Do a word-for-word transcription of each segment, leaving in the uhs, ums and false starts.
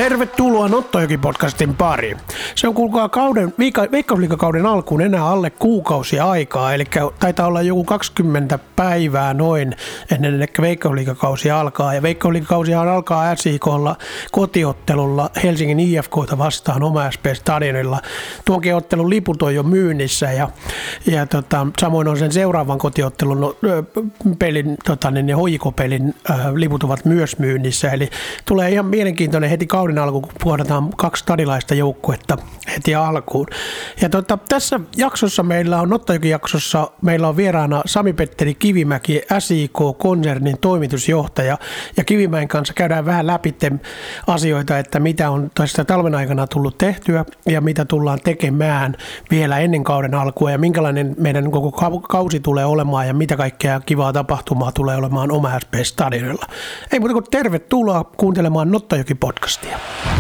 Tervetuloa Nottojoki-podcastin pariin. Se on kuulkaa kauden, Veikkausliigakauden alkuun enää alle kuukausi aikaa, eli taitaa olla joku kaksikymmentä päivää noin ennen kuin Veikkausliigakausi alkaa. Ja Veikkausliigakausihan alkaa S I K:lla kotiottelulla Helsingin I F K:ta vastaan Oma S P-stadionilla. Tuonkin ottelun liput on jo myynnissä ja, ja tota, samoin on sen seuraavan kotiottelun no, pelin, tota, niin, H J K-pelin äh, liput ovat myös myynnissä. Eli tulee ihan mielenkiintoinen heti kauden alku, kun puhutaan kaksi stadilaista joukkuetta heti alkuun. Ja tota, tässä jaksossa meillä on, Nottojoki-jaksossa, meillä on vieraana Sami-Petteri Kivimäki, S I K-konsernin toimitusjohtaja. Ja Kivimäen kanssa käydään vähän läpi asioita, että mitä on tästä talven aikana tullut tehtyä ja mitä tullaan tekemään vielä ennen kauden alkua ja minkälainen meidän koko kausi tulee olemaan ja mitä kaikkea kivaa tapahtumaa tulee olemaan Oma S P-stadionilla. Ei muuta kuin tervetuloa kuuntelemaan Nottojoki-podcastia.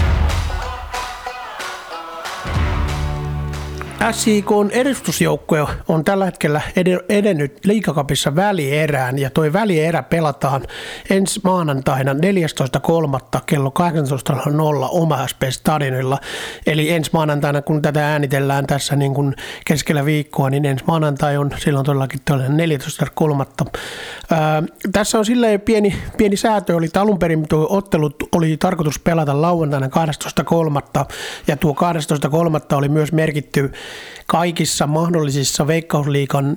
S I K:n edustusjoukkue on tällä hetkellä edennyt Liigacupissa välierään ja toi välierä pelataan ensi maanantaina neljästoista kolmatta kello kahdeksantoista nolla nolla Oma S P-stadionilla. Eli ensi maanantaina, kun tätä äänitellään tässä niin kuin keskellä viikkoa, niin ensi maanantai on silloin todellakin neljästoista kolmatta Ää, tässä on silleen pieni, pieni säätö, oli alun perin tuo ottelu oli tarkoitus pelata lauantaina kahdestoista kolmatta ja tuo kahdestoista kolmatta oli myös merkitty kaikissa mahdollisissa Veikkausliigan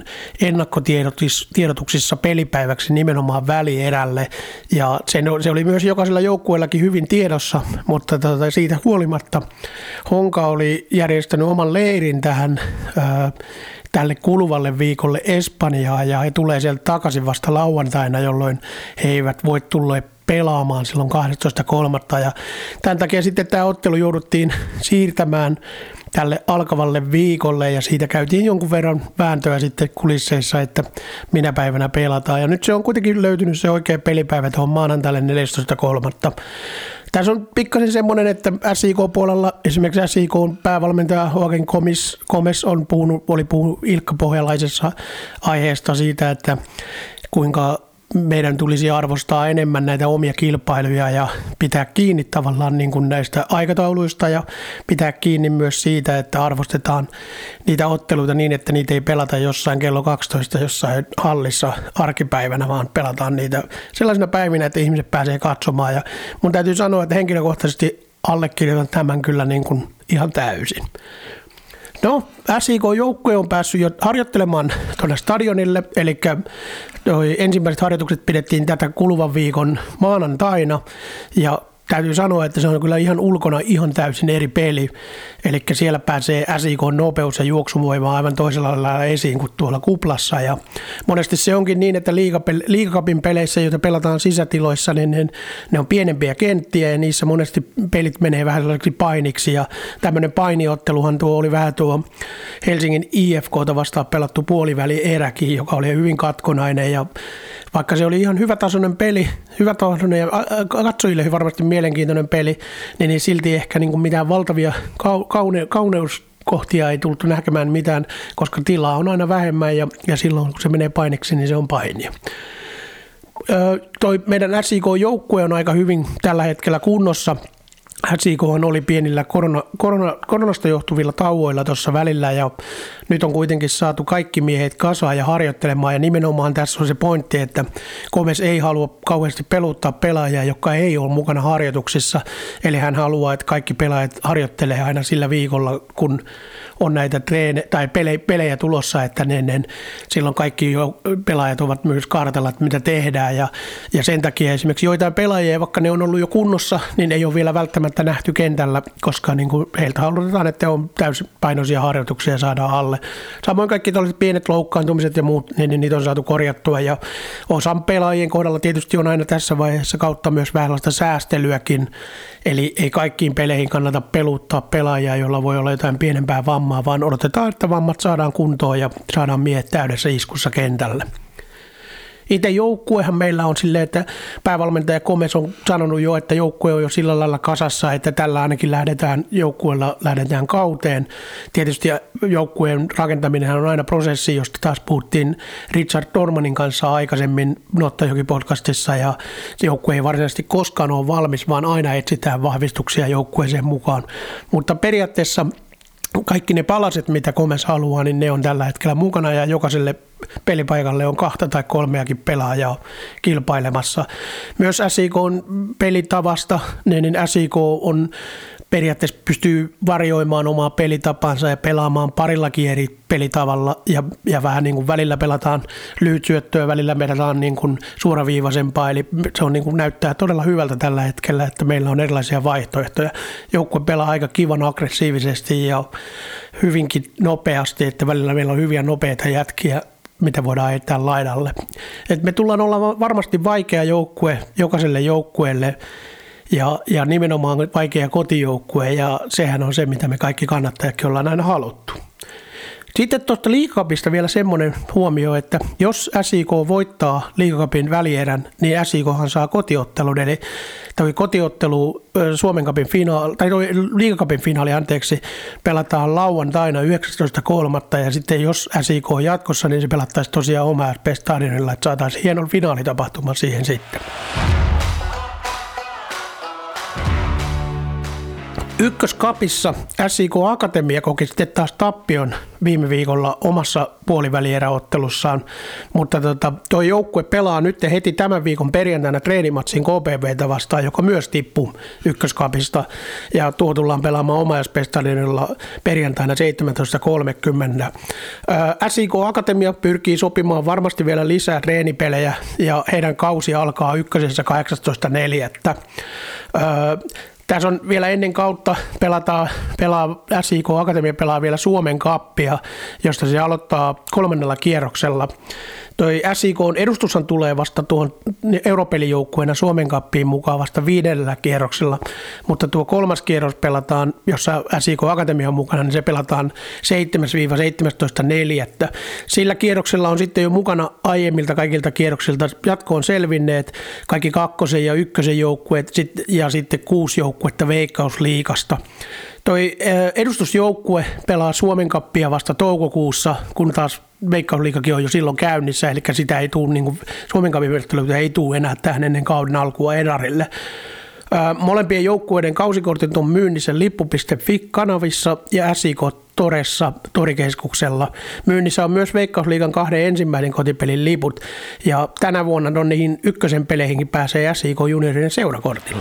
ennakkotiedotuksissa pelipäiväksi nimenomaan välierälle. Ja se, se oli myös jokaisella joukkueellakin hyvin tiedossa, mutta tota, siitä huolimatta Honka oli järjestänyt oman leirin tähän ää, tälle kuluvalle viikolle Espanjaan ja he tulee sieltä takaisin vasta lauantaina, jolloin he eivät voi tulla pelaamaan silloin kahdestoista kolmatta ja tämän takia sitten tämä ottelu jouduttiin siirtämään tälle alkavalle viikolle ja siitä käytiin jonkun verran vääntöä sitten kulisseissa, että minä päivänä pelataan ja nyt se on kuitenkin löytynyt se oikea pelipäivä tuohon maanantaille neljästoista kolmatta Tässä on pikkasen semmoinen, että S I K-puolella esimerkiksi S I K:n päävalmentaja Joaquin Gomes, Gomes on puhunut, oli puhunut Ilkka Pohjalaisessa aiheesta siitä, että kuinka meidän tulisi arvostaa enemmän näitä omia kilpailuja ja pitää kiinni tavallaan niin kuin näistä aikatauluista ja pitää kiinni myös siitä, että arvostetaan niitä otteluita niin, että niitä ei pelata jossain kello kaksitoista jossain hallissa arkipäivänä, vaan pelataan niitä sellaisina päivinä, että ihmiset pääsee katsomaan. Ja mun täytyy sanoa, että henkilökohtaisesti allekirjoitan tämän kyllä niin kuin ihan täysin. No, S I K-joukkue on päässyt jo harjoittelemaan tuonne stadionille, eli ensimmäiset harjoitukset pidettiin tätä kuluvan viikon maanantaina, ja täytyy sanoa, että se on kyllä ihan ulkona ihan täysin eri peli, eli siellä pääsee S I K:n nopeus ja juoksuvoima aivan toisella lailla esiin kuin tuolla kuplassa, ja monesti se onkin niin, että Liigacupin peleissä, joita pelataan sisätiloissa, niin ne, ne on pienempiä kenttiä, ja niissä monesti pelit menee vähän sellaiseksi painiksi, ja tämmöinen painiotteluhan tuo oli vähän tuo Helsingin I F K:ta vastaan pelattu puolivälieräkin, joka oli hyvin katkonainen, ja vaikka se oli ihan hyvätasoinen peli, hyvätasoinen ja katsojille varmasti mielenkiintoinen peli, niin silti ehkä niin kuin mitään valtavia kaune- kauneuskohtia ei tultu näkemään mitään, koska tilaa on aina vähemmän ja, ja silloin kun se menee painiksi, niin se on painia. Öö, toi meidän S I K-joukkue on aika hyvin tällä hetkellä kunnossa. S I K:han oli pienillä korona, korona, koronasta johtuvilla tauoilla tuossa välillä ja nyt on kuitenkin saatu kaikki miehet kasaan ja harjoittelemaan ja nimenomaan tässä on se pointti, että Gomes ei halua kauheasti peluttaa pelaajia, jotka ei ole mukana harjoituksissa. Eli hän haluaa, että kaikki pelaajat harjoittelee aina sillä viikolla, kun on näitä treene- tai pelejä, pelejä tulossa, että ne, ne, silloin kaikki jo pelaajat ovat myös kartalla, että mitä tehdään ja, ja sen takia esimerkiksi joitain pelaajia, vaikka ne on ollut jo kunnossa, niin ei ole vielä välttämättä nähty kentällä, koska niin kuin heiltä halutaan, että on täysipainoisia harjoituksia ja saadaan alle. Samoin kaikki tällaiset pienet loukkaantumiset ja muut, niin niitä on saatu korjattua ja osan pelaajien kohdalla tietysti on aina tässä vaiheessa kautta myös vähän sellaista säästelyäkin, eli ei kaikkiin peleihin kannata peluttaa pelaajia, jolla voi olla jotain pienempää vammaa, vaan odotetaan, että vammat saadaan kuntoon ja saadaan miehet täydessä iskussa kentälle. Itse joukkuehan meillä on silleen, että päävalmentaja Komes on sanonut jo, että joukkue on jo sillä lailla kasassa, että tällä ainakin lähdetään joukkueella lähdetään kauteen. Tietysti joukkueen rakentaminen on aina prosessi, josta taas puhuttiin Richard Normanin kanssa aikaisemmin Nottajoki-podcastissa, ja joukkue ei varsinaisesti koskaan ole valmis, vaan aina etsitään vahvistuksia joukkueeseen mukaan. Mutta periaatteessa kaikki ne palaset, mitä Komes haluaa, niin ne on tällä hetkellä mukana ja jokaiselle pelipaikalle on kahta tai kolmeakin pelaajaa kilpailemassa. Myös S I K:n pelitavasta, niin S I K on periaatteessa pystyy varjoimaan omaa pelitapansa ja pelaamaan parillakin eri pelitavalla ja, ja vähän niin kuin välillä pelataan lyhytsyöttöä, välillä pelataan niin kuin suoraviivaisempaa, eli se on niin kuin näyttää todella hyvältä tällä hetkellä, että meillä on erilaisia vaihtoehtoja. Joukkue pelaa aika kivan aggressiivisesti ja hyvinkin nopeasti, että välillä meillä on hyviä nopeita jätkiä, mitä voidaan heittää laidalle. Et me tullaan olla varmasti vaikea joukkue jokaiselle joukkueelle, Ja, ja nimenomaan vaikea kotijoukkue, ja sehän on se, mitä me kaikki kannattajatkin ollaan aina haluttu. Sitten tuosta Liigacupista vielä semmoinen huomio, että jos S I K voittaa Liigacupin välierän, niin S I Khan saa kotiottelun, eli toi kotiottelu Suomen Cupin finaali, tai Liigacupin finaali, anteeksi, pelataan lauantaina yhdeksästoista kolmatta ja sitten jos S I K on jatkossa, niin se pelattaisi tosiaan oma S P-stadionilla, että saataisiin hienon finaalitapahtuma siihen sitten. Ykköskapissa S I K Akatemia koki sitten taas tappion viime viikolla omassa puolivälieräottelussaan, mutta tota, tuo joukkue pelaa nyt heti tämän viikon perjantaina treenimatsin K P V:tä vastaan, joka myös tippuu Ykköskapista, ja tuo tullaan pelaamaan oma S P-stadionilla perjantaina seitsemäntoista kolmekymmentä. S I K Akatemia pyrkii sopimaan varmasti vielä lisää treenipelejä, ja heidän kausi alkaa ykkösessä kahdeksastoista neljättä. Tässä on vielä ennen kautta pelataan, pelaa, S I K Akatemia pelaa vielä Suomen Cupia, josta se aloittaa kolmannella kierroksella. Toi S I K:n edustushan tulee vasta tuohon europelijoukkueena Suomen Cupiin mukaan vasta viidellä kierroksella, mutta tuo kolmas kierros pelataan, jossa S I K Akatemia on mukana, niin se pelataan seitsemäs seitsemästoista neljättä. Sillä kierroksella on sitten jo mukana aiemmilta kaikilta kierroksilta jatkoon selvinneet kaikki kakkosen ja ykkösen joukkueet ja sitten kuusi joukkuetta Veikkausliigasta. Toi edustusjoukkue pelaa Suomen Cupia vasta toukokuussa, kun taas Veikkausliigakin on jo silloin käynnissä, eli sitä ei tule, niin kuin Suomen Cupin vertailuita ei tule enää tähän ennen kauden alkua Edarille. Molempien joukkueiden kausikortit on myynnissä lippu piste fi-kanavissa ja S I K Toressa torikeskuksella. Myynnissä on myös Veikkausliigan kahden ensimmäinen kotipelin liput, ja tänä vuonna on niihin ykkösen peleihinkin pääsee S I K juniorien seurakortilla.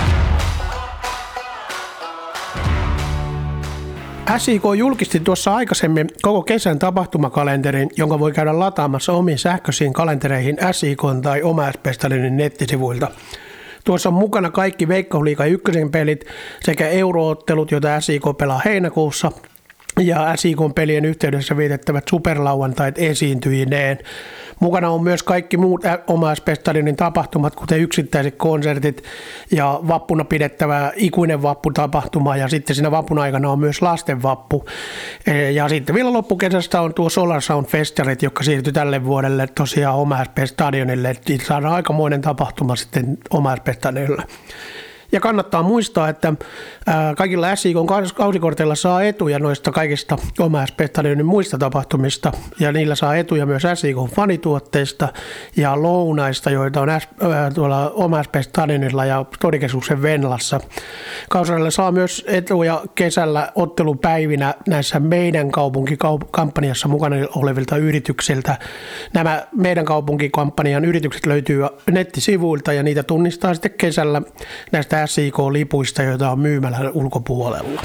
S I K julkisti tuossa aikaisemmin koko kesän tapahtumakalenterin, jonka voi käydä lataamassa omiin sähköisiin kalentereihin S I K:n tai oma S P-stadionin nettisivuilta. Tuossa on mukana kaikki Veikkausliigan ykkösen pelit sekä euroottelut, joita S I K pelaa heinäkuussa, ja S I K:n pelien yhteydessä vietettävät superlauantait esiintyjineen. Mukana on myös kaikki muut oma S P-stadionin tapahtumat, kuten yksittäiset konsertit ja vappuna pidettävä ikuinen vapputapahtuma, ja sitten siinä vappun aikana on myös lastenvappu. Ja sitten vielä loppukesästä on tuo Solar Sound Festarit, joka siirtyi tälle vuodelle tosiaan oma S P-stadionille, että saadaan aikamoinen tapahtuma sitten oma S P-stadionille. Ja kannattaa muistaa, että kaikilla S I K:n kausikorteilla saa etuja noista kaikista oma S P-stadionin muista tapahtumista, ja niillä saa etuja myös S I K:n fanituotteista ja lounaista, joita on tuolla oma S P-stadionilla ja torikeskuksen Venlassa. Kausikorteilla saa myös etuja kesällä ottelupäivinä näissä meidän kaupunkikampanjassa mukana olevilta yrityksiltä. Nämä meidän kaupunkikampanjan yritykset löytyy nettisivuilta, ja niitä tunnistaa sitten kesällä näistä S I K-lipuista, joita on myymälän ulkopuolella.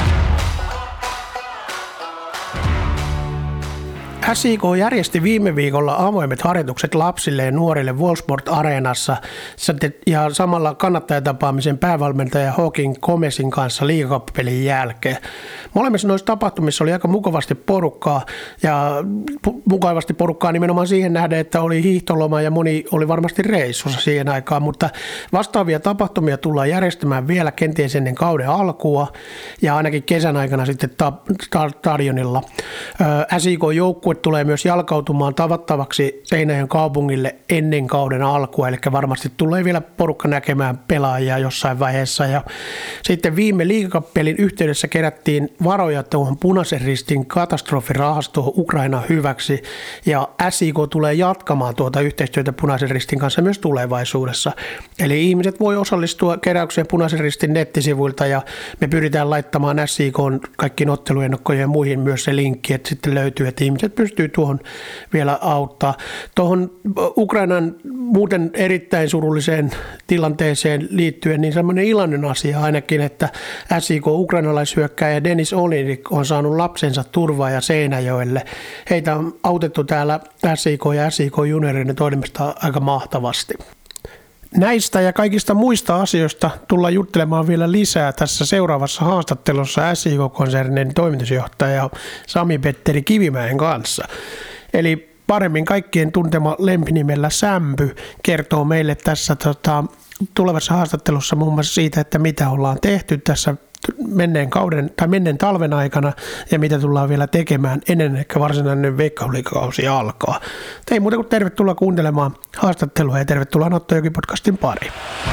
S I K järjesti viime viikolla avoimet harjoitukset lapsille ja nuorille Wallsport-areenassa ja samalla kannattajatapaamisen päävalmentaja Hawking Komesin kanssa Liigacup-pelin jälkeen. molemmissa noissa tapahtumissa oli aika mukavasti porukkaa ja pu- mukavasti porukkaa nimenomaan siihen nähden, että oli hiihtoloma ja moni oli varmasti reissussa siihen aikaan, mutta vastaavia tapahtumia tullaan järjestämään vielä kenties ennen kauden alkua ja ainakin kesän aikana sitten ta- ta- stadionilla. S I K-joukkue tulee myös jalkautumaan tavattavaksi Seinäjoen kaupungille ennen kauden alkua, eli varmasti tulee vielä porukka näkemään pelaajia jossain vaiheessa. Ja sitten viime liigakappelin yhteydessä kerättiin varoja tuohon Punaisen Ristin katastrofirahastoon Ukraina hyväksi, ja S I K tulee jatkamaan tuota yhteistyötä Punaisen Ristin kanssa myös tulevaisuudessa. Eli ihmiset voi osallistua keräykseen Punaisen Ristin nettisivuilta, ja me pyritään laittamaan S I K:n kaikkiin otteluennakkojen ja muihin myös se linkki, että sitten löytyy, että ihmiset pystyy tuohon vielä auttaa. Tuohon Ukrainan muuten erittäin surulliseen tilanteeseen liittyen niin semmoinen iloinen asia ainakin, että S I K ukrainalaishyökkääjä Denis Olinik on saanut lapsensa turvaa ja Seinäjoelle. Heitä on autettu täällä S I K ja S I K junioreiden toimesta aika mahtavasti. Näistä ja kaikista muista asioista tullaan juttelemaan vielä lisää tässä seuraavassa haastattelussa S I K-konsernin toimitusjohtaja Sami-Petteri Kivimäen kanssa. Eli paremmin kaikkien tuntema lempinimellä Sämpy kertoo meille tässä tota, tulevassa haastattelussa muun muassa siitä, että mitä ollaan tehty tässä menneen kauden tai menneen talven aikana ja mitä tullaan vielä tekemään ennen ehkä varsinainen Veikkausliigakausi alkaa. Ei muuta kuin tervetuloa kuuntelemaan haastattelua ja tervetuloa Nottojoki-podcastin pariin.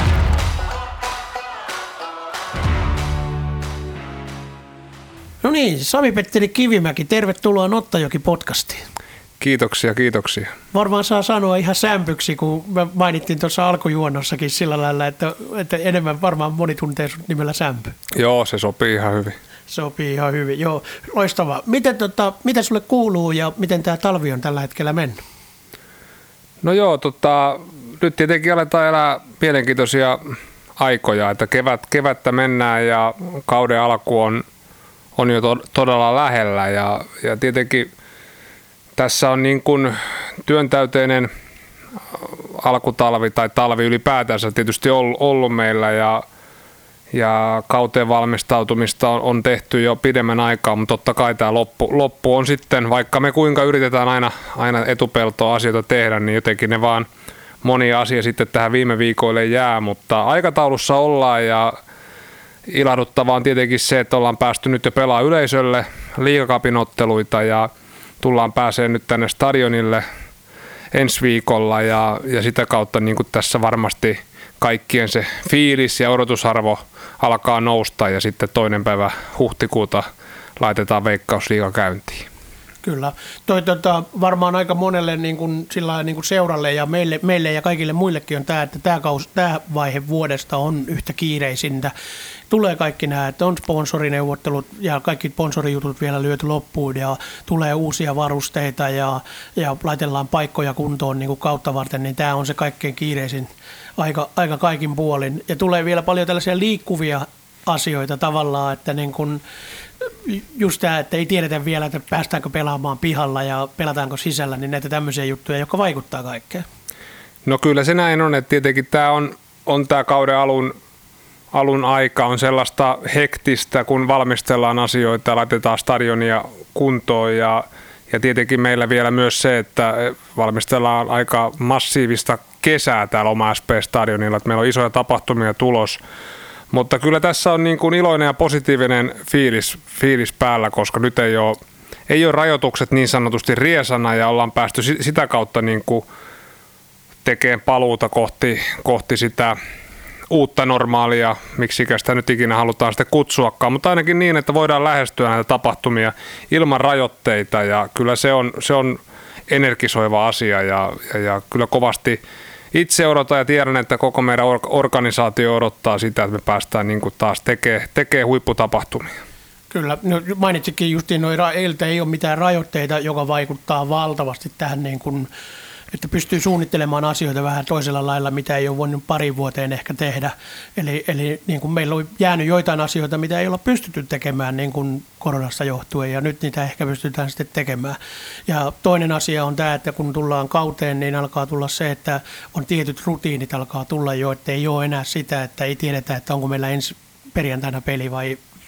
No niin, Sami-Petteri Kivimäki, tervetuloa Nottojoki-podcastiin. Kiitoksia, kiitoksia. Varmaan saa sanoa ihan sämpyksi, kun me mainittiin tuossa alkujuonnossakin sillä lailla, että, että enemmän varmaan moni tuntee sut nimellä Sämpy. Joo, se sopii ihan hyvin. Sopii ihan hyvin, joo. Loistavaa. Miten, tota, mitä sulle kuuluu ja miten tämä talvi on tällä hetkellä mennyt? No joo, tota, nyt tietenkin aletaan elää mielenkiintoisia aikoja, että kevät, kevättä mennään ja kauden alku on, on jo to, todella lähellä ja, ja tietenkin tässä on niin kuin työntäyteinen alkutalvi tai talvi ylipäätänsä tietysti ollut meillä ja, ja kauteen valmistautumista on, on tehty jo pidemmän aikaa, mutta totta kai tämä loppu, loppu on sitten, vaikka me kuinka yritetään aina, aina etupeltoa asioita tehdä, niin jotenkin ne vaan moni asia sitten tähän viime viikoille jää, mutta aikataulussa ollaan ja ilahduttavaa on tietenkin se, että ollaan päästy nyt jo pelaamaan yleisölle liigacupin otteluita ja tullaan pääsemään nyt tänne stadionille ensi viikolla ja, ja sitä kautta niin kuin tässä varmasti kaikkien se fiilis ja odotusarvo alkaa nousta ja sitten toinen päivä huhtikuuta laitetaan Veikkausliiga käyntiin. Kyllä. Toi tota, varmaan aika monelle niin kuin, sillä niin kuin seuralle ja meille, meille ja kaikille muillekin on tämä, että tämä, kaus, tämä vaihe vuodesta on yhtä kiireisintä. Tulee kaikki nämä, että on sponsorineuvottelut ja kaikki sponsorijutut vielä lyöty loppuun ja tulee uusia varusteita ja, ja laitellaan paikkoja kuntoon niin kuin kautta varten, niin tämä on se kaikkein kiireisin aika, aika kaikin puolin. Ja tulee vielä paljon tällaisia liikkuvia asioita tavallaan, että niin kuin just tämä, että ei tiedetä vielä, että päästäänkö pelaamaan pihalla ja pelataanko sisällä, niin näitä tämmöisiä juttuja, jotka vaikuttaa kaikkeen. No kyllä se näin on, että tietenkin tämä on, on tämä kauden alun, alun aika on sellaista hektistä, kun valmistellaan asioita, laitetaan stadionia kuntoon ja, ja tietenkin meillä vielä myös se, että valmistellaan aika massiivista kesää täällä oma S P-stadionilla, että meillä on isoja tapahtumia tulos. Mutta kyllä tässä on niin kuin iloinen ja positiivinen fiilis, fiilis päällä, koska nyt ei ole, ei ole rajoitukset niin sanotusti riesana ja ollaan päästy sitä kautta niin kuin tekemään paluuta kohti, kohti sitä uutta normaalia, miksikä sitä nyt ikinä halutaan sitten kutsuakaan, mutta ainakin niin, että voidaan lähestyä näitä tapahtumia ilman rajoitteita ja kyllä se on, se on energisoiva asia ja, ja, ja kyllä kovasti itse odotan ja tiedän, että koko meidän organisaatio odottaa sitä, että me päästään niin kuin taas tekemään tekee huipputapahtumia. Kyllä, no mainitsikin justiin, noita eiltä ei ole mitään rajoitteita, joka vaikuttaa valtavasti tähän, niin kuin, että pystyy suunnittelemaan asioita vähän toisella lailla, mitä ei ole voinut pari vuoteen ehkä tehdä. Eli, eli niin kuin meillä on jäänyt joitain asioita, mitä ei olla pystytty tekemään niin kuin koronasta johtuen, ja nyt niitä ehkä pystytään sitten tekemään. Ja toinen asia on tämä, että kun tullaan kauteen, niin alkaa tulla se, että on tietyt rutiinit alkaa tulla jo, että ei ole enää sitä, että ei tiedetä, että onko meillä ensi perjantaina peli vai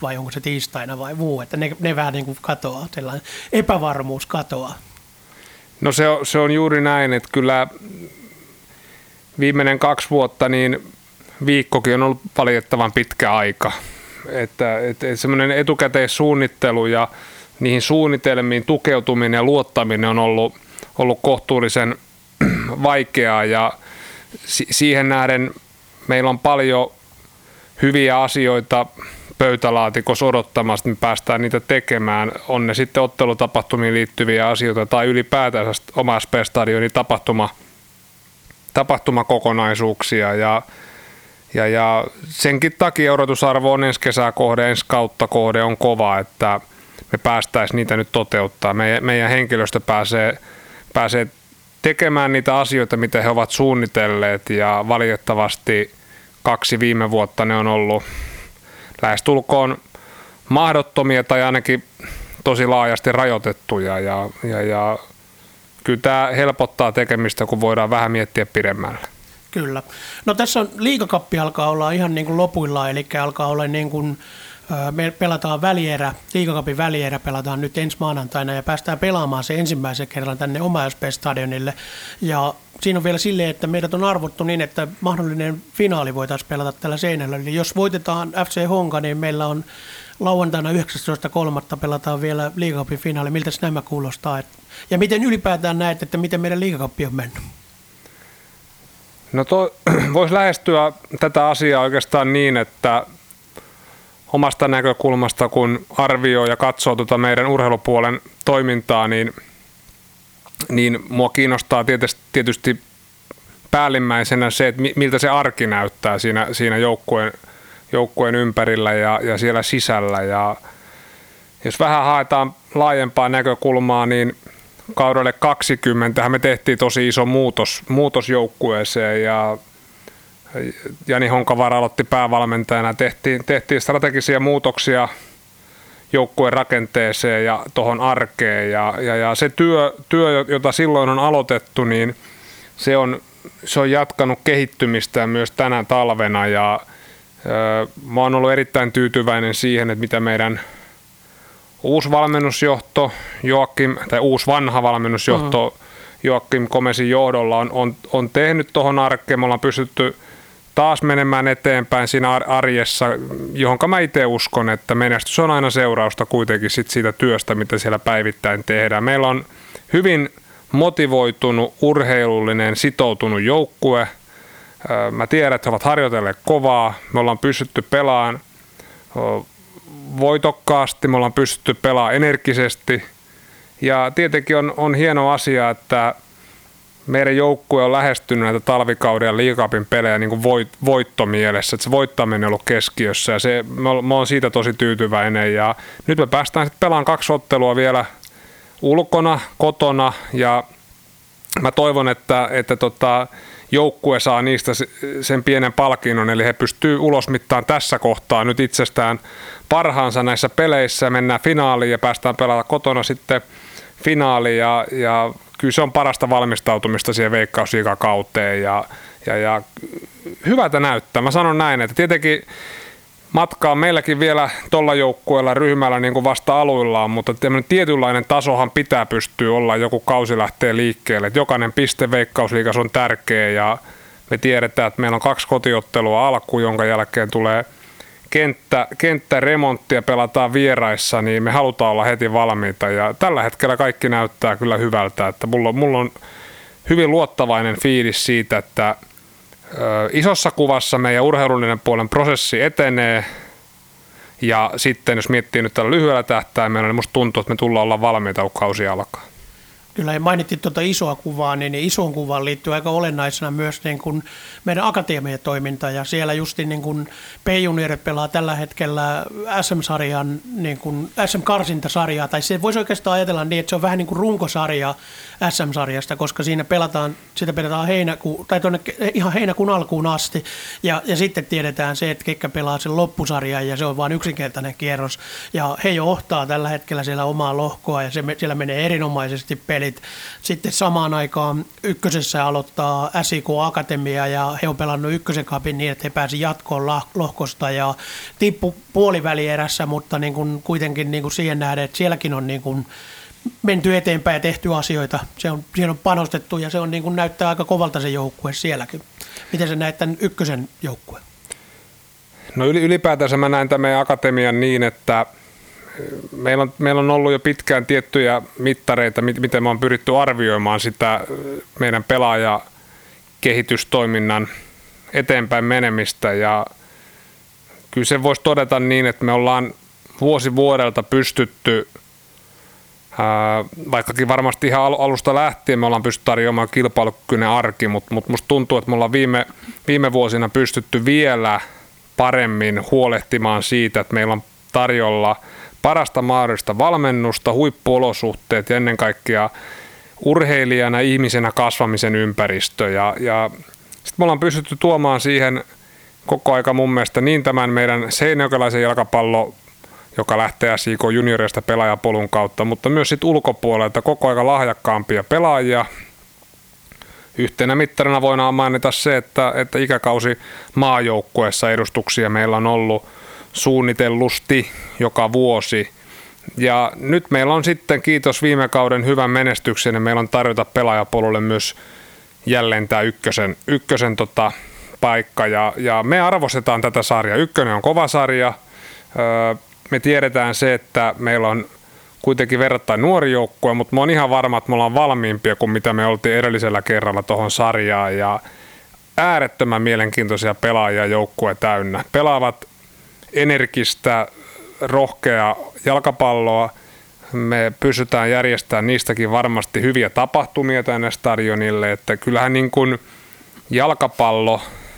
vai onko se tiistaina vai muu, että ne, ne vähän niin kuin katoaa, sellainen epävarmuus katoaa. No se on, se on juuri näin, että kyllä viimeinen kaksi vuotta niin viikkokin on ollut valitettavan pitkä aika. Että, että semmoinen etukäteissuunnittelu ja niihin suunnitelmiin tukeutuminen ja luottaminen on ollut, ollut kohtuullisen vaikeaa ja si- siihen nähden meillä on paljon hyviä asioita pöytälaatikossa odottamassa, että me päästään niitä tekemään. On ne sitten ottelutapahtumiin liittyviä asioita tai ylipäätään oma S P-stadionin tapahtuma, tapahtumakokonaisuuksia ja Ja, ja senkin takia odotusarvo on ensi kesää kohde, ensi kautta kohde on kova, että me päästäisiin niitä nyt toteuttaa. Meidän, meidän henkilöstö pääsee, pääsee tekemään niitä asioita, mitä he ovat suunnitelleet ja valitettavasti kaksi viime vuotta ne on ollut lähestulkoon mahdottomia tai ainakin tosi laajasti rajoitettuja ja, ja, ja kyllä tämä helpottaa tekemistä, kun voidaan vähän miettiä pidemmälle. Kyllä. No tässä on, liigakappi alkaa olla ihan niin kuin lopuillaan, eli alkaa olla niin kuin, me pelataan välierä, liigakapin välierä pelataan nyt ensi maanantaina ja päästään pelaamaan se ensimmäisen kerran tänne oma S P-stadionille. Ja siinä on vielä silleen, että meidät on arvottu niin, että mahdollinen finaali voitaisiin pelata tällä seinällä. Eli jos voitetaan F C Honka, niin meillä on lauantaina yhdeksästoista kolmatta pelataan vielä liigakapin finaali. Miltä nämä kuulostaa? Ja miten ylipäätään näet, että miten meidän liigakappi on mennyt? No voisi lähestyä tätä asiaa oikeastaan niin, että omasta näkökulmasta, kun arvioi ja katsoo tuota meidän urheilupuolen toimintaa, niin, niin mua kiinnostaa tietysti, tietysti päällimmäisenä se, että miltä se arki näyttää siinä, siinä joukkueen, joukkueen ympärillä ja, ja siellä sisällä. Ja jos vähän haetaan laajempaa näkökulmaa, niin kaudelle kaksikymmentä me tehtiin tosi iso muutos, muutos joukkueeseen ja Jani Honkavaara aloitti päävalmentajana. Tehtiin, tehtiin strategisia muutoksia joukkueen rakenteeseen ja tuohon arkeen ja, ja, ja se työ, työ, jota silloin on aloitettu, niin se on, se on jatkanut kehittymistä myös tänä talvena ja ö, mä oon ollut erittäin tyytyväinen siihen, että mitä meidän uusi valmennusjohto, Joakim, tai uusi vanha valmennusjohto uh-huh. Joakim Komesin johdolla on, on, on tehnyt tuohon arkeen. Me ollaan pystytty taas menemään eteenpäin siinä arjessa, johon mä itse uskon, että menestys on aina seurausta kuitenkin sit siitä työstä, mitä siellä päivittäin tehdään. Meillä on hyvin motivoitunut, urheilullinen, sitoutunut joukkue. Mä tiedän, että he ovat harjoitelleet kovaa. Me ollaan pystytty pelaamaan voitokkaasti, me ollaan pystytty pelaamaan energisesti ja tietenkin on, on hieno asia, että meidän joukkue on lähestynyt näitä talvikauden ja liigacupin pelejä niin kuin voit, voittomielessä, että se voittaminen on ollut keskiössä ja se, mä oon siitä tosi tyytyväinen ja nyt me päästään sitten pelaamaan kaksi ottelua vielä ulkona, kotona ja mä toivon, että, että tota, joukkue saa niistä sen pienen palkinnon, eli he pystyy ulosmittaan tässä kohtaa nyt itsestään parhaansa näissä peleissä, mennään finaaliin ja päästään pelata kotona sitten finaaliin ja, ja kyllä se on parasta valmistautumista siihen Veikkausliigakauteen ja, ja, ja hyvältä näyttää. Mä sanon näin, että tietenkin matka on meilläkin vielä tuolla joukkueella ryhmällä niin kuin vasta aluillaan, mutta tietynlainen tasohan pitää pystyä olla, joku kausi lähtee liikkeelle. Et jokainen piste Veikkausliigassa on tärkeä ja me tiedetään, että meillä on kaksi kotiottelua alkuun, jonka jälkeen tulee kenttä, kenttäremontti ja pelataan vieraissa, niin me halutaan olla heti valmiita ja tällä hetkellä kaikki näyttää kyllä hyvältä, että mulla on, mulla on hyvin luottavainen fiilis siitä, että isossa kuvassa meidän urheilullinen puolen prosessi etenee ja sitten jos miettii nyt tällä lyhyellä tähtäimellä, niin musta tuntuu, että me tullaan olla valmiita, kun kausi alkaa. Kyllä, ja mainittiin tuota isoa kuvaa, niin isoon kuvaan liittyy aika olennaisena myös niin kuin meidän akatemiatoiminta, ja siellä justi niin kuin P-juniorit pelaa tällä hetkellä S M-sarjan, niin kuin S M-karsintasarjaa, tai se voisi oikeastaan ajatella niin, että se on vähän niin kuin runkosarja S M-sarjasta, koska siinä pelataan, sitä pelataan heinäkuun, tai tuonne ihan heinäkuun alkuun asti, ja, ja sitten tiedetään se, että ketkä pelaa sen loppusarjan, ja se on vain yksinkertainen kierros, ja he johtaa tällä hetkellä siellä omaa lohkoa, ja se, siellä menee erinomaisesti peli. pelit. Sitten samaan aikaan ykkösessä aloittaa S I K Akatemia ja he on pelannut ykkösen kapin niin, että he pääsi jatkoon lohkosta ja tippu puolivälierässä, mutta niin kuin kuitenkin niin kuin siihen nähden, että sielläkin on niin kuin menty eteenpäin ja tehty asioita. Se on, siihen on panostettu ja se on niin kuin näyttää aika kovalta se joukkue sielläkin. Miten sä näet tämän ykkösen joukkueen? No ylipäätänsä mä näen tämän meidän akatemian niin, että meillä on, meillä on ollut jo pitkään tiettyjä mittareita, miten me on pyritty arvioimaan sitä meidän pelaajakehitystoiminnan eteenpäin menemistä. Ja kyllä se voisi todeta niin, että me ollaan vuosi vuodelta pystytty, ää, vaikkakin varmasti ihan alusta lähtien me ollaan pystytty tarjoamaan kilpailukykyinen arki, mutta, mutta musta tuntuu, että me ollaan viime, viime vuosina pystytty vielä paremmin huolehtimaan siitä, että meillä on tarjolla parasta mahdollista valmennusta, huippuolosuhteet ja ennen kaikkea urheilijana, ihmisenä kasvamisen ympäristö. Ja, ja sitten me ollaan pystytty tuomaan siihen koko aika mun mielestä niin tämän meidän seinäjokilaisen jalkapallo, joka lähtee S I K juniorista pelaajapolun kautta, mutta myös sitten ulkopuolelta koko aika lahjakkaampia pelaajia. Yhtenä mittarina voidaan mainita se, että, että ikäkausi maajoukkueessa edustuksia meillä on ollut suunnitellusti joka vuosi. Ja nyt meillä on sitten, kiitos viime kauden hyvän menestyksen, meillä on tarjota pelaajapolulle myös jälleen tämä ykkösen, ykkösen tota, paikka. Ja, ja me arvostetaan tätä sarjaa. Ykkönen on kova sarja. Öö, me tiedetään se, että meillä on kuitenkin verrattain nuori joukkue, mutta mä oon ihan varma, että me ollaan valmiimpia kuin mitä me oltiin edellisellä kerralla tuohon sarjaan. Ja äärettömän mielenkiintoisia pelaajia joukkue täynnä. Pelaavat energistä, rohkeaa jalkapalloa. Me pystytään järjestämään niistäkin varmasti hyviä tapahtumia tänne stadionille, että kyllähän niin kuin jalkapallo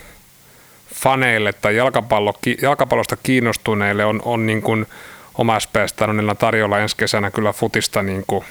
faneille tai jalkapallo, jalkapallosta kiinnostuneille on, on niin kuin oma S P S-stadionilla tarjolla ensi kesänä kyllä futista niin, kuin,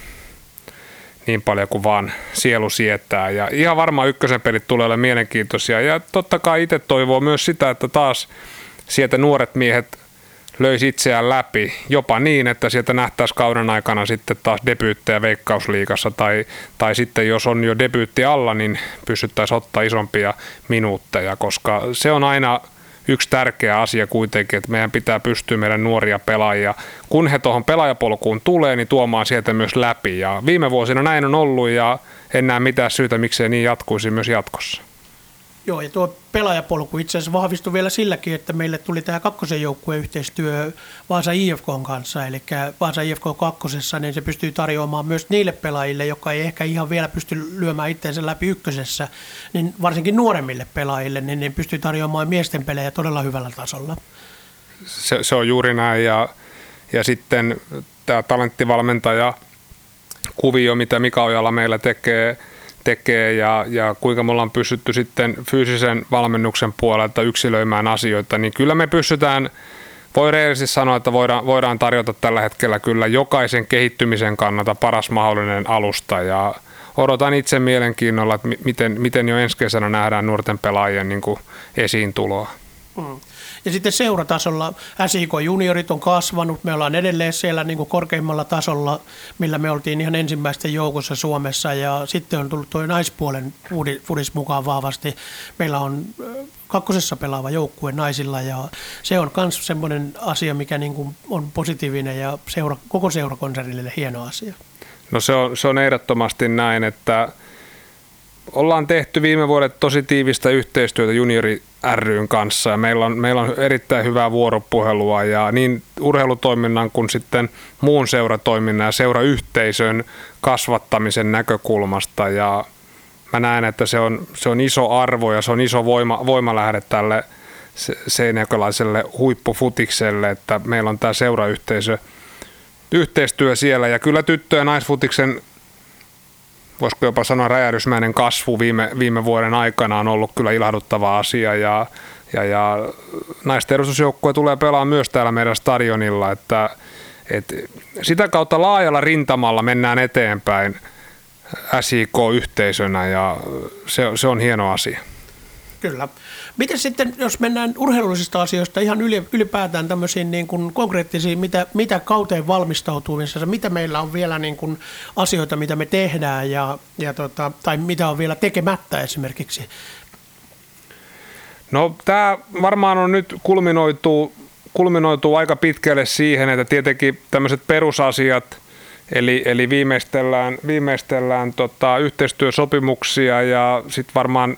niin paljon kuin vaan sielu sietää. Ja ihan varmaan ykkösen pelit tulee olla mielenkiintoisia ja totta kai itse toivoo myös sitä, että taas sieltä nuoret miehet löysi itseään läpi, jopa niin, että sieltä nähtäisiin kauden aikana sitten taas debyyttejä Veikkausliigassa tai, tai sitten jos on jo debyytti alla, niin pystyttäisiin ottaa isompia minuutteja, koska se on aina yksi tärkeä asia kuitenkin, että meidän pitää pystyä meidän nuoria pelaajia, kun he tuohon pelaajapolkuun tulee, niin tuomaan sieltä myös läpi. Ja viime vuosina näin on ollut ja en näe mitään syytä, miksei niin jatkuisi myös jatkossa. Joo, ja tuo pelaajapolku itse asiassa vahvistui vielä silläkin, että meille tuli tämä kakkosen joukkueen yhteistyö Vaasa I F K:n kanssa, eli Vaasa I F K kakkosessa, niin se pystyy tarjoamaan myös niille pelaajille, jotka ei ehkä ihan vielä pysty lyömään itseensä läpi ykkösessä, niin varsinkin nuoremmille pelaajille, niin ne pystyy tarjoamaan miesten pelejä todella hyvällä tasolla. Se, se on juuri näin, ja, ja sitten tämä talenttivalmentaja kuvio, mitä Mika Ojala meillä tekee, tekee ja, ja kuinka me ollaan pystytty sitten fyysisen valmennuksen puolelta yksilöimään asioita, niin kyllä me pystytään, voi rehellisesti sanoa, että voidaan, voidaan tarjota tällä hetkellä kyllä jokaisen kehittymisen kannalta paras mahdollinen alusta ja odotan itse mielenkiinnolla, että miten, miten jo ensi kesänä nähdään nuorten pelaajien niin kuin esiintuloa. Mm. Ja sitten seuratasolla S I K-juniorit on kasvanut, me ollaan edelleen siellä niin kuin korkeimmalla tasolla, millä me oltiin ihan ensimmäisten joukossa Suomessa ja sitten on tullut tuo naispuolen fudis mukaan vahvasti. Meillä on kakkosessa pelaava joukkue naisilla ja se on myös semmoinen asia, mikä niin kuin on positiivinen ja seura, koko seurakonsernille hieno asia. No se on, se on ehdottomasti näin, että ollaan tehty viime vuodet tosi tiivistä yhteistyötä juniori ry:n kanssa ja meillä on, meillä on erittäin hyvää vuoropuhelua ja niin urheilutoiminnan kuin sitten muun seuratoiminnan ja seurayhteisön kasvattamisen näkökulmasta ja mä näen, että se on, se on iso arvo ja se on iso voima, voimalähde tälle seinäjokilaiselle huippufutikselle, että meillä on tämä seurayhteisö yhteistyö siellä ja kyllä tyttö- ja naisfutiksen voisiko jopa sanoa räjähdysmäinen kasvu viime, viime vuoden aikana on ollut kyllä ilahduttava asia ja, ja, ja naisten edustusjoukkue tulee pelaamaan myös täällä meidän stadionilla, että, että sitä kautta laajalla rintamalla mennään eteenpäin S I K-yhteisönä ja se, se on hieno asia. Kyllä. Miten sitten, jos mennään urheilullisista asioista ihan ylipäätään tämmöisiin niin kuin konkreettisiin, mitä, mitä kauteen valmistautumisessa, mitä meillä on vielä niin kuin asioita, mitä me tehdään ja, ja tota, tai mitä on vielä tekemättä esimerkiksi? No tämä varmaan on nyt kulminoituu, kulminoituu aika pitkälle siihen, että tietenkin tämmöiset perusasiat, eli, eli viimeistellään, viimeistellään tota, yhteistyösopimuksia ja sitten varmaan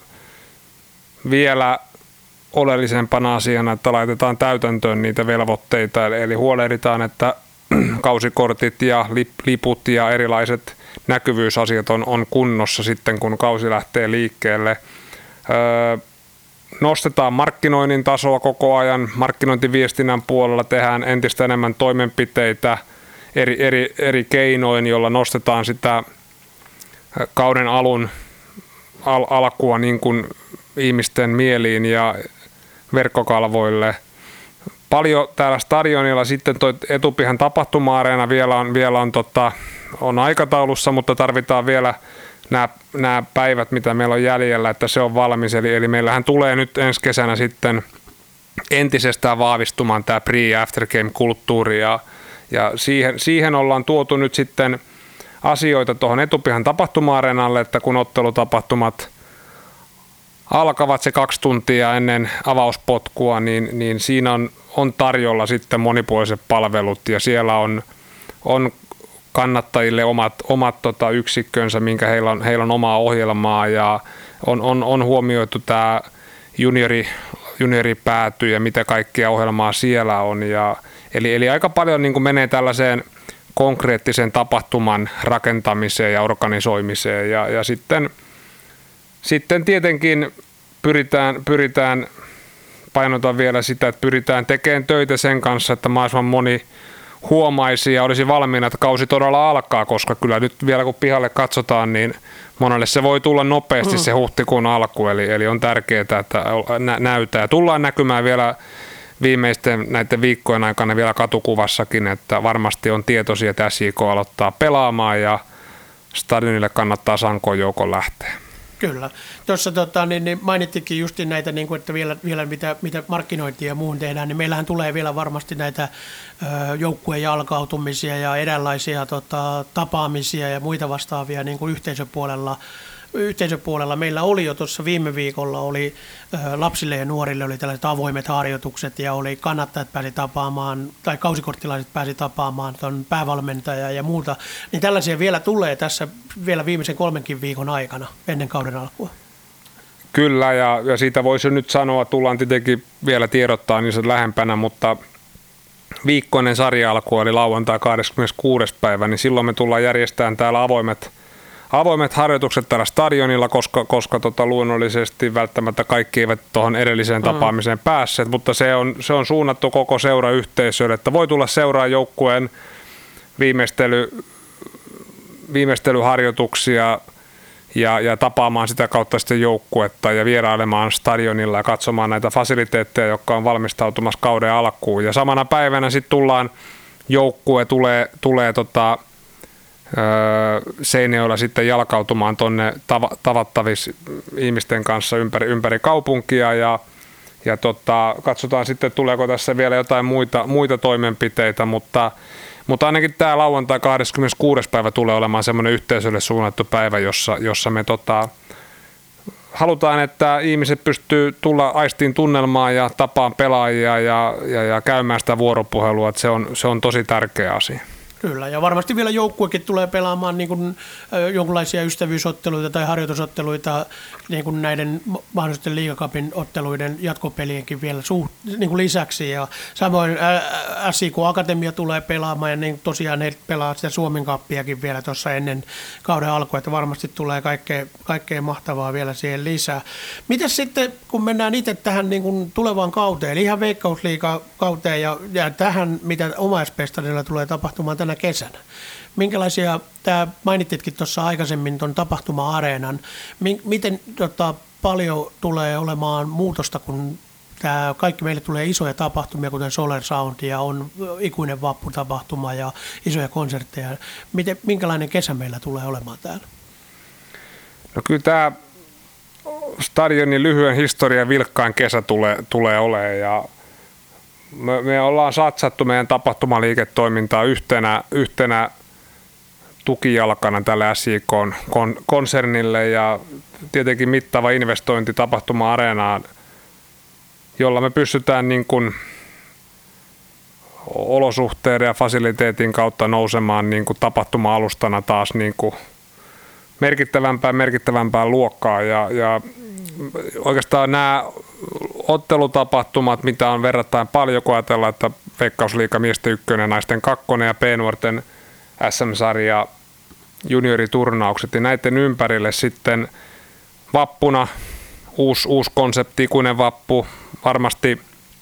vielä oleellisempana asiana, että laitetaan täytäntöön niitä velvoitteita, eli huolehditaan, että kausikortit ja liput ja erilaiset näkyvyysasiat on, on kunnossa sitten, kun kausi lähtee liikkeelle. Öö, nostetaan markkinoinnin tasoa koko ajan, markkinointiviestinnän puolella tehdään entistä enemmän toimenpiteitä eri, eri, eri keinoin, joilla nostetaan sitä kauden alun al- alkua niin kuin ihmisten mieliin ja verkkokalvoille. Paljon täällä stadionilla sitten toi Etupihan tapahtuma-areena vielä on, vielä on, tota, on aikataulussa, mutta tarvitaan vielä nämä, nämä päivät, mitä meillä on jäljellä, että se on valmis. Eli, eli meillähän tulee nyt ensi kesänä sitten entisestään vahvistumaan tämä pre- ja aftergame-kulttuuri ja, ja siihen, siihen ollaan tuotu nyt sitten asioita tuohon Etupihan tapahtuma-areenalle, että kun ottelutapahtumat alkavat se kaksi tuntia ennen avauspotkua, niin, niin siinä on, on tarjolla sitten monipuoliset palvelut ja siellä on, on kannattajille omat, omat tota, yksikkönsä, minkä heillä on, heillä on omaa ohjelmaa ja on, on, on huomioitu tämä juniori, junioripääty ja mitä kaikkia ohjelmaa siellä on. Ja, eli, eli aika paljon niin kuin menee tällaiseen konkreettisen tapahtuman rakentamiseen ja organisoimiseen ja, ja sitten Sitten tietenkin pyritään, pyritään, painotan vielä sitä, että pyritään tekemään töitä sen kanssa, että mahdollisimman moni huomaisi ja olisi valmiina, että kausi todella alkaa, koska kyllä nyt vielä kun pihalle katsotaan, niin monelle se voi tulla nopeasti se huhtikuun alku, eli, eli on tärkeää, että nä- näytää. Ja tullaan näkymään vielä viimeisten näiden viikkojen aikana vielä katukuvassakin, että varmasti on tietoisia, että S J K aloittaa pelaamaan ja stadionille kannattaa sankoon joukon lähteä. Kyllä. Tuossa tota, niin, niin mainittikin just näitä, niin kuin, että vielä, vielä mitä, mitä markkinointia ja muuhun tehdään, niin meillähän tulee vielä varmasti näitä ö, joukkueen jalkautumisia ja erilaisia tota, tapaamisia ja muita vastaavia niin kuin yhteisöpuolella. Yhteisöpuolella meillä oli jo tuossa viime viikolla oli ö, lapsille ja nuorille oli tällaiset avoimet harjoitukset ja oli kannattajat pääsi tapaamaan tai kausikorttilaiset pääsi tapaamaan tuon päävalmentaja ja muuta, niin tällaisia vielä tulee tässä vielä viimeisen kolmenkin viikon aikana ennen kauden alkua. Kyllä ja, ja siitä voisi nyt sanoa, tullaan tietenkin vielä tiedottaa niin se lähempänä, mutta viikkoinen sarja-alku eli lauantai kahdeskymmeneskuudes päivä, niin silloin me tullaan järjestämään täällä avoimet Avoimet harjoitukset täällä stadionilla, koska, koska tota, luonnollisesti välttämättä kaikki eivät tuohon edelliseen tapaamiseen päässeet, mutta se on, se on suunnattu koko seurayhteisölle, että voi tulla seuraa joukkueen viimeistely, viimeistelyharjoituksia ja, ja tapaamaan sitä kautta sitten joukkuetta ja vierailemaan stadionilla ja katsomaan näitä fasiliteetteja, jotka on valmistautumassa kauden alkuun. Ja samana päivänä sitten tullaan, joukkue tulee, tulee tota, Seinäjoella sitten jalkautumaan tuonne tavattavissa ihmisten kanssa ympäri, ympäri kaupunkia ja, ja tota, katsotaan sitten tuleeko tässä vielä jotain muita, muita toimenpiteitä, mutta, mutta ainakin tämä lauantai kahdeskymmeneskuudes päivä tulee olemaan semmoinen yhteisölle suunnattu päivä, jossa, jossa me tota, halutaan, että ihmiset pystyy tulla aistiin tunnelmaan ja tapaan pelaajia ja, ja, ja käymään sitä vuoropuhelua, että se on, se on tosi tärkeä asia. Kyllä, ja varmasti vielä joukkuekin tulee pelaamaan niin kuin, ö, jonkinlaisia ystävyysotteluita tai harjoitusotteluita niin kuin näiden mahdollisten liigacupin otteluiden jatkopelienkin vielä suht, niin kuin lisäksi. Ja samoin S I K Akatemia tulee pelaamaan ja niin tosiaan he pelaa sitä Suomen Cuppiakin vielä tuossa ennen kauden alkua, että varmasti tulee kaikkea, kaikkea mahtavaa vielä siihen lisää. Mites sitten, kun mennään itse tähän niin kuin tulevaan kauteen, eli ihan Veikkausliigakauteen ja, ja tähän, mitä omaispestanilla tulee tapahtumaan tänä kesänä. Minkälaisia, tämä mainitsitkin tuossa aikaisemmin tuon tapahtuma-areenan, miten tota, paljon tulee olemaan muutosta, kun tämä kaikki meille tulee isoja tapahtumia, kuten Solar Sound ja on ikuinen vapputapahtuma ja isoja konsertteja. Miten, minkälainen kesä meillä tulee olemaan täällä? No kyllä tämä stadionin lyhyen historian vilkkain kesä tulee, tulee olemaan ja me, me ollaan satsattu meidän tapahtumaliiketoimintaa yhtenä, yhtenä tukijalkana tälle S J K-konsernille ja tietenkin mittava investointi tapahtuma-areenaan, jolla me pystytään niin kuin olosuhteiden ja fasiliteetin kautta nousemaan niin kuin tapahtuma-alustana taas niin kuin merkittävämpää merkittävämpää luokkaa ja, ja oikeastaan nämä ottelutapahtumat, mitä on verrattain paljon, kun ajatellaan, että Veikkausliiga miesten ykkönen ja naisten kakkonen ja P-nuorten S M-sarja junioriturnaukset ja näiden ympärille sitten vappuna uusi, uusi konsepti, ikuinen vappu, varmasti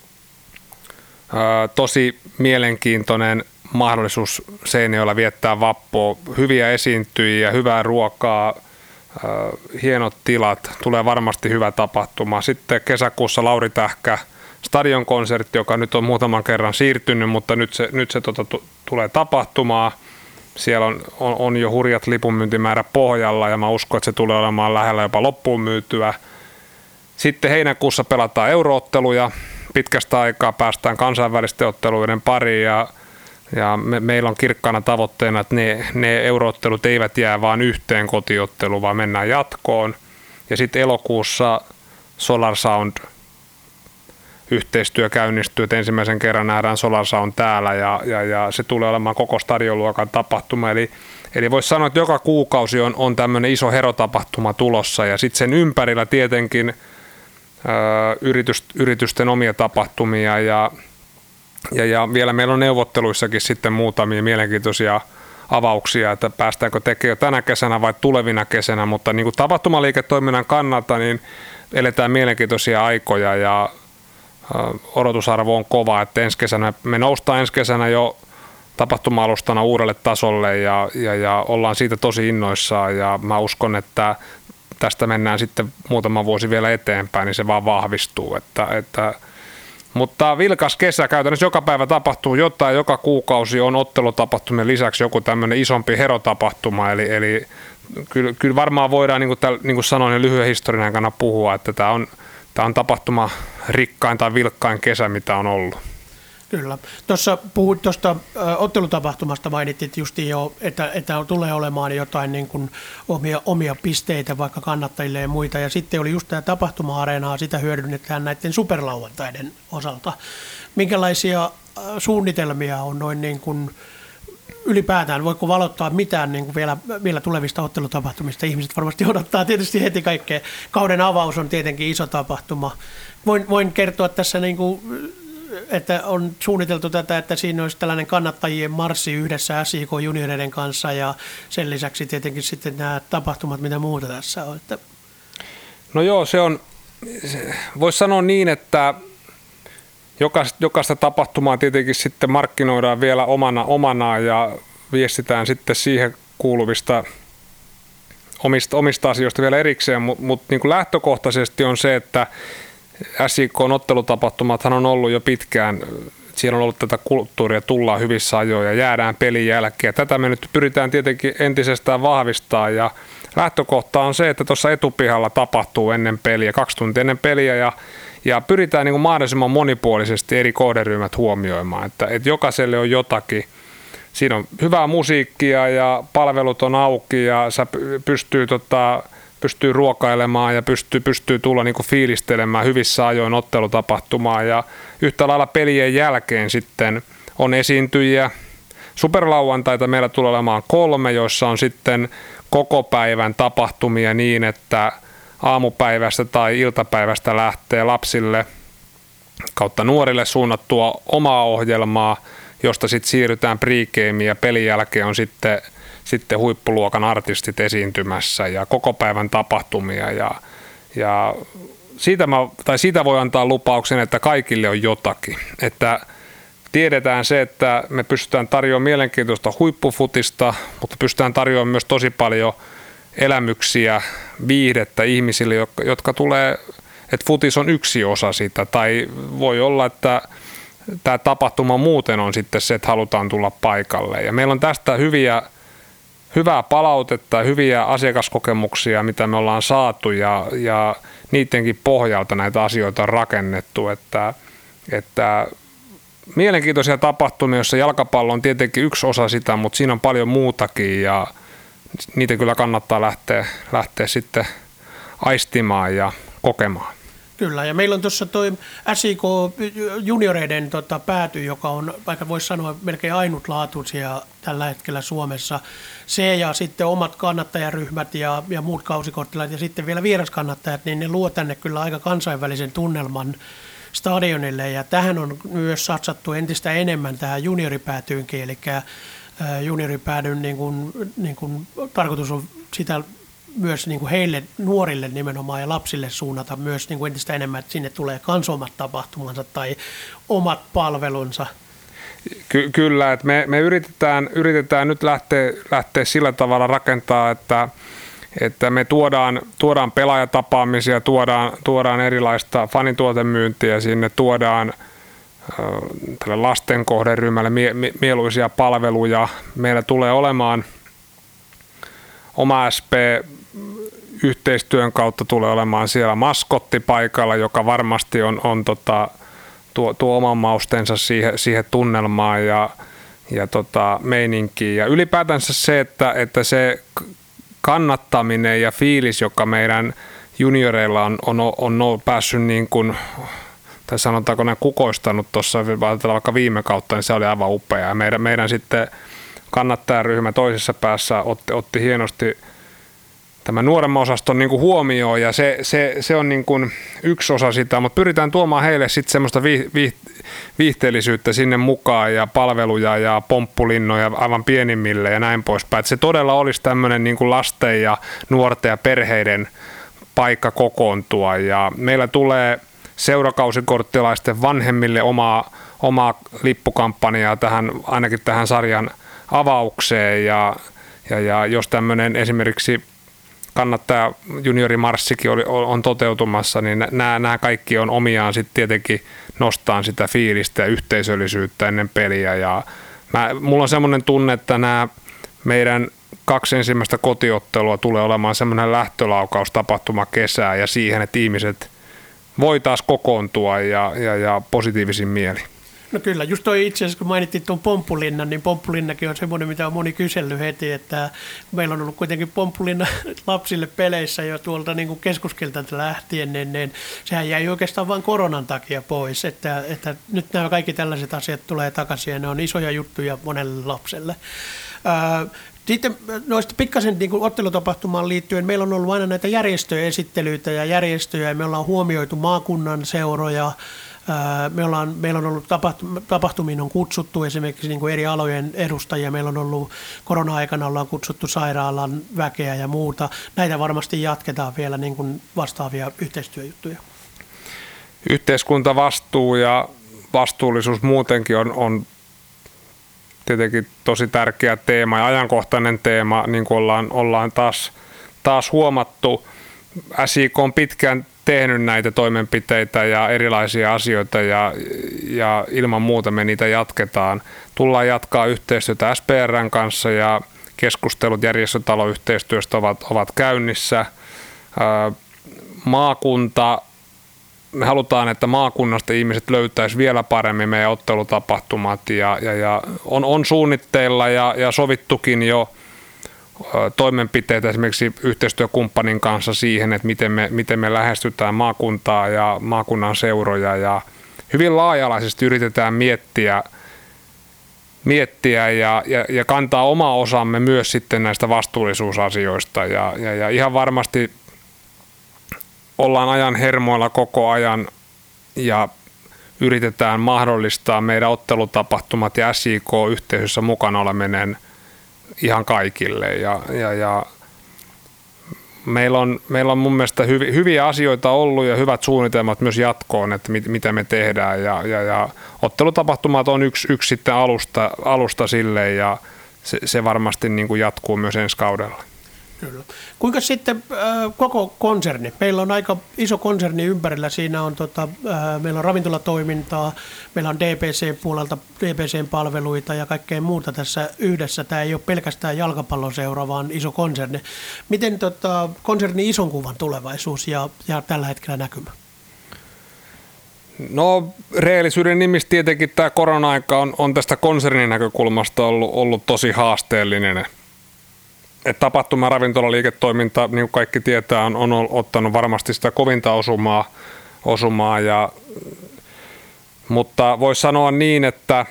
ää, tosi mielenkiintoinen mahdollisuus Seinäjoella viettää vappua, hyviä esiintyjiä, hyvää ruokaa, ää, hienot tilat, tulee varmasti hyvä tapahtuma. Sitten kesäkuussa Lauri Tähkä stadionkonsertti, joka nyt on muutaman kerran siirtynyt, mutta nyt se, nyt se tota, t- tulee tapahtumaan. Siellä on, on, on jo hurjat lipunmyyntimäärä pohjalla ja mä uskon, että se tulee olemaan lähellä jopa loppuun myytyä. Sitten heinäkuussa pelataan eurootteluja. Pitkästä aikaa päästään kansainvälisten otteluiden pariin ja, ja me, meillä on kirkkaana tavoitteena, että ne, ne euroottelut eivät jää vain yhteen kotiotteluun, vaan mennään jatkoon. Ja sitten elokuussa Solar Sound yhteistyö käynnistyy, että ensimmäisen kerran nähdään Solar Sound täällä ja, ja, ja se tulee olemaan koko stadionluokan tapahtuma. Eli, eli voisi sanoa, että joka kuukausi on, on tämmöinen iso herotapahtuma tulossa ja sitten sen ympärillä tietenkin ö, yritys, yritysten omia tapahtumia ja, ja, ja vielä meillä on neuvotteluissakin sitten muutamia mielenkiintoisia avauksia, että päästäänkö tekemään jo tänä kesänä vai tulevina kesänä, mutta niin kuin tapahtumaliiketoiminnan kannalta niin eletään mielenkiintoisia aikoja ja odotusarvo on kova, että ensi kesänä, me noustaan ensi kesänä jo tapahtuma-alustana uudelle tasolle ja, ja, ja ollaan siitä tosi innoissaan ja mä uskon, että tästä mennään sitten muutama vuosi vielä eteenpäin, niin se vaan vahvistuu. Että, että, mutta vilkas kesä, käytännössä joka päivä tapahtuu jotain, joka kuukausi on ottelutapahtumien lisäksi joku tämmöinen isompi herotapahtuma, eli, eli kyllä, kyllä varmaan voidaan, niin kuin, täl, niin kuin sanoin, lyhyen historian aikana puhua, että tämä on Tämä on tapahtuma rikkain tai vilkkain kesä, mitä on ollut. Kyllä. Tuossa puhuit tuosta ottelutapahtumasta, mainittit justiin jo, että, että tulee olemaan jotain niin kuin omia, omia pisteitä vaikka kannattajille ja muita. Ja sitten oli just tämä tapahtuma-areenaa, sitä hyödynnetään näiden superlauantaiden osalta. Minkälaisia suunnitelmia on noin niin kuin ylipäätään, voiko valottaa mitään niin kuin vielä, vielä tulevista ottelutapahtumista? Ihmiset varmasti odottaa tietysti heti kaikkea. Kauden avaus on tietenkin iso tapahtuma. Voin, voin kertoa tässä, niin kuin, että on suunniteltu tätä, että siinä olisi tällainen kannattajien marssi yhdessä S J K-junioreiden kanssa ja sen lisäksi tietenkin sitten nämä tapahtumat, mitä muuta tässä on. Että no joo, se on, voisi sanoa niin, että Jokaista, jokaista tapahtumaa tietenkin sitten markkinoidaan vielä omana, omanaan ja viestitään sitten siihen kuuluvista omista, omista asioista vielä erikseen, mutta mut niin kuin lähtökohtaisesti on se, että S J K:n ottelutapahtumathan on ollut jo pitkään, siellä on ollut tätä kulttuuria, tullaan hyvissä ajoin ja jäädään pelin jälkeen. Tätä me nyt pyritään tietenkin entisestään vahvistaa ja lähtökohta on se, että tuossa etupihalla tapahtuu ennen peliä, kaksi tuntia ennen peliä ja Ja pyritään niin kuin mahdollisimman monipuolisesti eri kohderyhmät huomioimaan, että, että jokaiselle on jotakin. Siinä on hyvää musiikkia ja palvelut on auki ja sä pystyy, tota, pystyy ruokailemaan ja pystyy, pystyy tulla niin kuin fiilistelemään hyvissä ajoin ottelutapahtumaan. Ja yhtä lailla pelien jälkeen sitten on esiintyjiä. Superlauantaita meillä tulee olemaan kolme, joissa on sitten koko päivän tapahtumia niin, että aamupäivästä tai iltapäivästä lähtee lapsille kautta nuorille suunnattua omaa ohjelmaa, josta sitten siirrytään pre-gameen ja pelin jälkeen on sitten, sitten huippuluokan artistit esiintymässä ja koko päivän tapahtumia ja, ja siitä, mä, tai siitä voi antaa lupauksen, että kaikille on jotakin, että tiedetään se, että me pystytään tarjoamaan mielenkiintoista huippufutista, mutta pystytään tarjoamaan myös tosi paljon elämyksiä, viihdettä ihmisille, jotka, jotka tulee, että futis on yksi osa sitä, tai voi olla, että tämä tapahtuma muuten on sitten se, että halutaan tulla paikalle. Ja meillä on tästä hyviä, hyvää palautetta ja hyviä asiakaskokemuksia, mitä me ollaan saatu ja, ja niidenkin pohjalta näitä asioita on rakennettu, että, että mielenkiintoisia tapahtumia, joissa jalkapallo on tietenkin yksi osa sitä, mutta siinä on paljon muutakin ja niitä kyllä kannattaa lähteä, lähteä sitten aistimaan ja kokemaan. Kyllä, ja meillä on tuossa tuo S I K-junioreiden tota, pääty, joka on, vaikka voisi sanoa, melkein ainutlaatuisia tällä hetkellä Suomessa. Se ja sitten omat kannattajaryhmät ja, ja muut kausikorttilat ja sitten vielä vieraskannattajat, niin ne luo tänne kyllä aika kansainvälisen tunnelman stadionille. Ja tähän on myös satsattu entistä enemmän tähän junioripäätyynkin, eli junioripäädyn niin kuin, niin kuin, tarkoitus on sitä myös niin kuin heille nuorille nimenomaan ja lapsille suunnata myös niin kuin entistä enemmän, että sinne tulee kans omat tapahtumansa tai omat palvelunsa. Ky- kyllä, että me, me yritetään, yritetään nyt lähteä, lähteä sillä tavalla rakentaa, että, että me tuodaan, tuodaan pelaajatapaamisia, tuodaan, tuodaan erilaista fanituotemyyntiä sinne, tuodaan äh, tälle lasten kohderyhmälle mie- mieluisia palveluja. Meillä tulee olemaan oma S P yhteistyön kautta tulee olemaan siellä maskotti paikalla, joka varmasti on, on tota, tuo, tuo oman maustensa siihen, siihen tunnelmaan ja, ja tota, meininkiin. Ja ylipäätänsä se, että, että se kannattaminen ja fiilis, joka meidän junioreilla on, on, on, on päässyt niin kuin, tai sanotaanko näin kukoistanut tuossa vaikka viime kautta, niin se oli aivan upea. Meidän, meidän sitten kannattajaryhmä toisessa päässä otti, otti hienosti tämän nuoremman osaston niin kuin huomioon ja se, se, se on niin kuin yksi osa sitä, mutta pyritään tuomaan heille sitten semmoista viihteellisyyttä sinne mukaan ja palveluja ja pomppulinnoja aivan pienimmille ja näin poispäin. Että se todella olisi tämmöinen niin kuin lasten ja nuorten ja perheiden paikka kokoontua ja meillä tulee seurakausikorttilaisten vanhemmille omaa, omaa lippukampanjaa tähän, ainakin tähän sarjan avaukseen ja, ja, ja jos tämmöinen esimerkiksi kannattaja juniorimarssikin oli, on toteutumassa, niin nämä, nämä kaikki on omiaan sitten tietenkin nostaan sitä fiilistä ja yhteisöllisyyttä ennen peliä. Ja mä, mulla on semmoinen tunne, että nämä meidän kaksi ensimmäistä kotiottelua tulee olemaan semmoinen lähtölaukaus tapahtuma kesää ja siihen, että ihmiset voi taas kokoontua ja, ja, ja positiivisin mieli. No kyllä, just toi itse asiassa kun mainittiin tuon Pomppulinnan, niin Pomppulinnakin on semmoinen, mitä on moni kysellyt heti, että meillä on ollut kuitenkin Pomppulinna lapsille peleissä jo tuolta niin kuin keskuskiltältä lähtien, niin, niin sehän jäi oikeastaan vain koronan takia pois, että, että nyt nämä kaikki tällaiset asiat tulee takaisin ja ne on isoja juttuja monelle lapselle. Ää, Sitten noista pikkasen niin kuin ottelutapahtumaan liittyen, meillä on ollut aina näitä järjestöesittelyitä ja järjestöjä ja me ollaan huomioitu maakunnan seuroja. Me ollaan, meillä on ollut tapahtumiin on kutsuttu esimerkiksi niin kuin eri alojen edustajia. Meillä on ollut korona-aikana ollaan kutsuttu sairaalan väkeä ja muuta. Näitä varmasti jatketaan vielä niin kuin vastaavia yhteistyöjuttuja. Yhteiskuntavastuu ja vastuullisuus muutenkin on, on tietenkin tosi tärkeä teema ja ajankohtainen teema, niin kuin ollaan, ollaan taas, taas huomattu. S I K on pitkään tehnyt näitä toimenpiteitä ja erilaisia asioita ja, ja ilman muuta me niitä jatketaan. Tullaan jatkaa yhteistyötä S P R:n kanssa ja keskustelut järjestötaloyhteistyöstä ovat, ovat käynnissä. Ää, maakunta, me halutaan, että maakunnasta ihmiset löytäisi vielä paremmin meidän ottelutapahtumat ja, ja, ja on, on suunnitteilla ja, ja sovittukin jo toimenpiteitä esimerkiksi yhteistyökumppanin kanssa siihen, että miten me, miten me lähestytään maakuntaa ja maakunnan seuroja ja hyvin laaja-alaisesti yritetään miettiä, miettiä ja, ja, ja kantaa oma osamme myös sitten näistä vastuullisuusasioista ja, ja, ja ihan varmasti ollaan ajan hermoilla koko ajan ja yritetään mahdollistaa meidän ottelutapahtumat ja S I K-yhteisössä mukana oleminen ihan kaikille ja, ja, ja meillä, on, meillä on mun mielestä hyvi, hyviä asioita ollut ja hyvät suunnitelmat myös jatkoon, että mit, mitä me tehdään ja, ja, ja ottelutapahtumat on yksi, yksi sitten alusta, alusta sille ja se, se varmasti niin kuin jatkuu myös ensi kaudella. Kyllä. Kuinka sitten äh, koko konserni? Meillä on aika iso konserni ympärillä. Siinä on, tota, äh, meillä on ravintolatoimintaa, meillä on D P C-puolelta D P C-palveluita ja kaikkea muuta tässä yhdessä. Tämä ei ole pelkästään jalkapalloseura, vaan iso konserni. Miten tota, konsernin ison kuvan tulevaisuus ja, ja tällä hetkellä näkymä? No rehellisyyden nimissä tietenkin tämä korona-aika on, on tästä konsernin näkökulmasta ollut, ollut tosi haasteellinen. Et tapahtuma- ja ravintolaliiketoiminta, niin kuin kaikki tietää, on, on ottanut varmasti sitä kovinta osumaa, osumaa ja, mutta voisi sanoa niin, että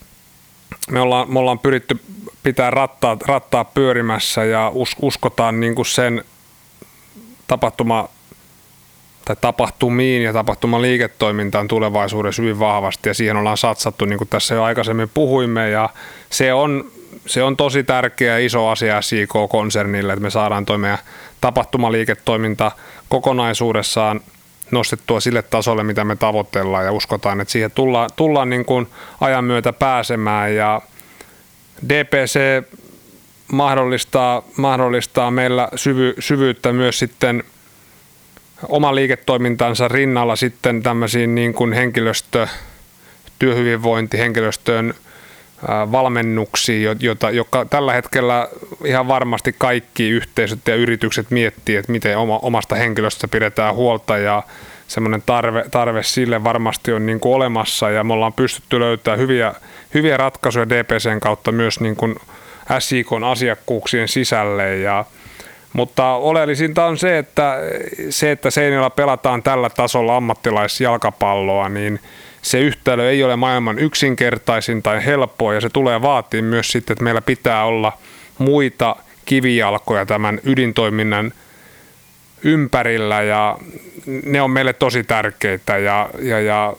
me ollaan, me ollaan pyritty pitää rattaa, rattaa pyörimässä ja us, uskotaan niin kuin sen tapahtuma- tai tapahtumiin ja tapahtumaliiketoimintaan tulevaisuudessa hyvin vahvasti ja siihen ollaan satsattu, niin kuin tässä jo aikaisemmin puhuimme ja se on Se on tosi tärkeä iso asia S J K-konsernille, että me saadaan toi meidän tapahtumaliiketoiminta kokonaisuudessaan nostettua sille tasolle, mitä me tavoitellaan ja uskotaan, että siihen tullaan, tullaan niin kuin ajan myötä pääsemään ja D P C mahdollistaa, mahdollistaa meillä syvy, syvyyttä myös sitten oman liiketoimintansa rinnalla sitten tämmöisiin niin kuin henkilöstö, työhyvinvointi, henkilöstön valmennuksia, jota, joka tällä hetkellä ihan varmasti kaikki yhteisöt ja yritykset miettii, että miten oma, omasta henkilöstöstä pidetään huolta ja semmoinen tarve, tarve sille varmasti on niin kuin olemassa ja me ollaan pystytty löytämään hyviä, hyviä ratkaisuja D P C:n kautta myös niin kuin S J K:n asiakkuuksien sisälle ja mutta oleellisinta on se, että se, että Seinäjoella pelataan tällä tasolla ammattilaisjalkapalloa, niin se yhtälö ei ole maailman yksinkertaisin tai helppoa ja se tulee vaatii myös sitten, että meillä pitää olla muita kivijalkoja tämän ydintoiminnan ympärillä ja ne on meille tosi tärkeitä ja, ja, ja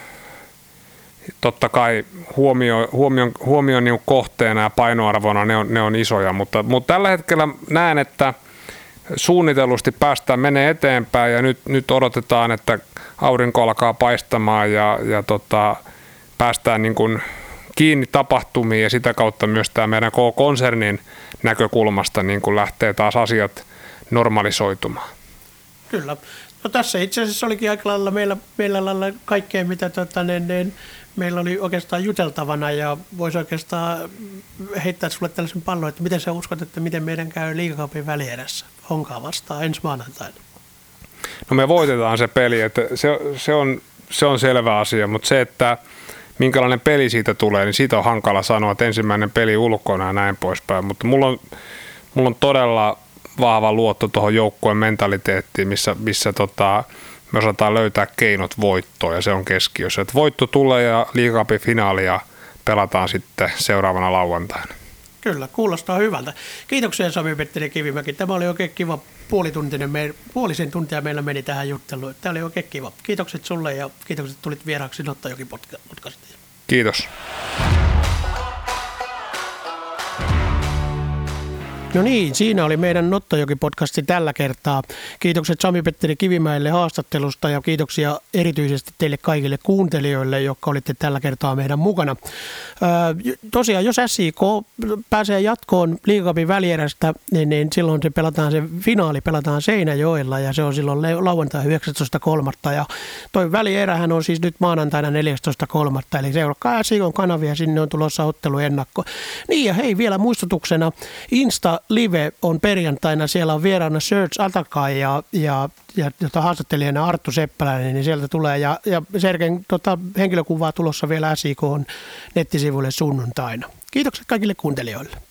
totta kai huomio, huomion, huomion niin kohteena ja painoarvona ne on, ne on isoja, mutta, mutta tällä hetkellä näen, että suunnitellusti päästään menee eteenpäin ja nyt, nyt odotetaan, että aurinko alkaa paistamaan ja, ja tota, päästään niin kuin kiinni tapahtumiin ja sitä kautta myös tämä meidän koko konsernin näkökulmasta niin kuin lähtee taas asiat normalisoitumaan. Kyllä. No tässä itse asiassa olikin aika lailla meillä, meillä lailla kaikkea, mitä tota, ne, ne, meillä oli oikeastaan juteltavana ja voisi oikeastaan heittää sulle tällaisen pallon, että miten sä uskot, että miten meidän käy Liigacupin välierässä Honkaa vastaan ensi maanantaina? No me voitetaan se peli, että se, se, on, se on selvä asia, mutta se, että minkälainen peli siitä tulee, niin siitä on hankala sanoa, että ensimmäinen peli ulkona ja näin poispäin, mutta mulla on, mulla on todella vahva luotto tuohon joukkueen mentaliteettiin, missä, missä tota, me osataan löytää keinot voittoon ja se on keskiössä. Et voitto tulee ja Liigacupin finaalia pelataan sitten seuraavana lauantaina. Kyllä, kuulostaa hyvältä. Kiitoksia Sami-Petteri Kivimäki. Tämä oli oikein kiva puolituntinen, me, puolisen tuntia meillä meni tähän jutteluun. Tämä oli oikein kiva. Kiitokset sulle ja kiitokset, että tulit vieraaksi Nottajoki-podcastiin. Kiitos. No niin, siinä oli meidän Nottajoki-podcasti tällä kertaa. Kiitokset Sami-Petteri Kivimäelle haastattelusta ja kiitoksia erityisesti teille kaikille kuuntelijoille, jotka olitte tällä kertaa meidän mukana. Öö, tosiaan, jos S I K pääsee jatkoon Liigacupin välierästä, niin, niin silloin se pelataan, se finaali pelataan Seinäjoella ja se on silloin lauantai yhdeksästoista kolmatta ja toi välierähän on siis nyt maanantaina neljästoista kolmatta eli seuratkaa S I K:n kanavia, sinne on tulossa otteluennakko. Niin ja hei, vielä muistutuksena, Insta Live on perjantaina, siellä on vieraana Serge Atakai ja, ja, ja jota haastattelijana Arttu Seppäläinen, niin sieltä tulee. Ja, ja Sergen tota, henkilökuvaa tulossa vielä S I K:n nettisivuille sunnuntaina. Kiitokset kaikille kuuntelijoille.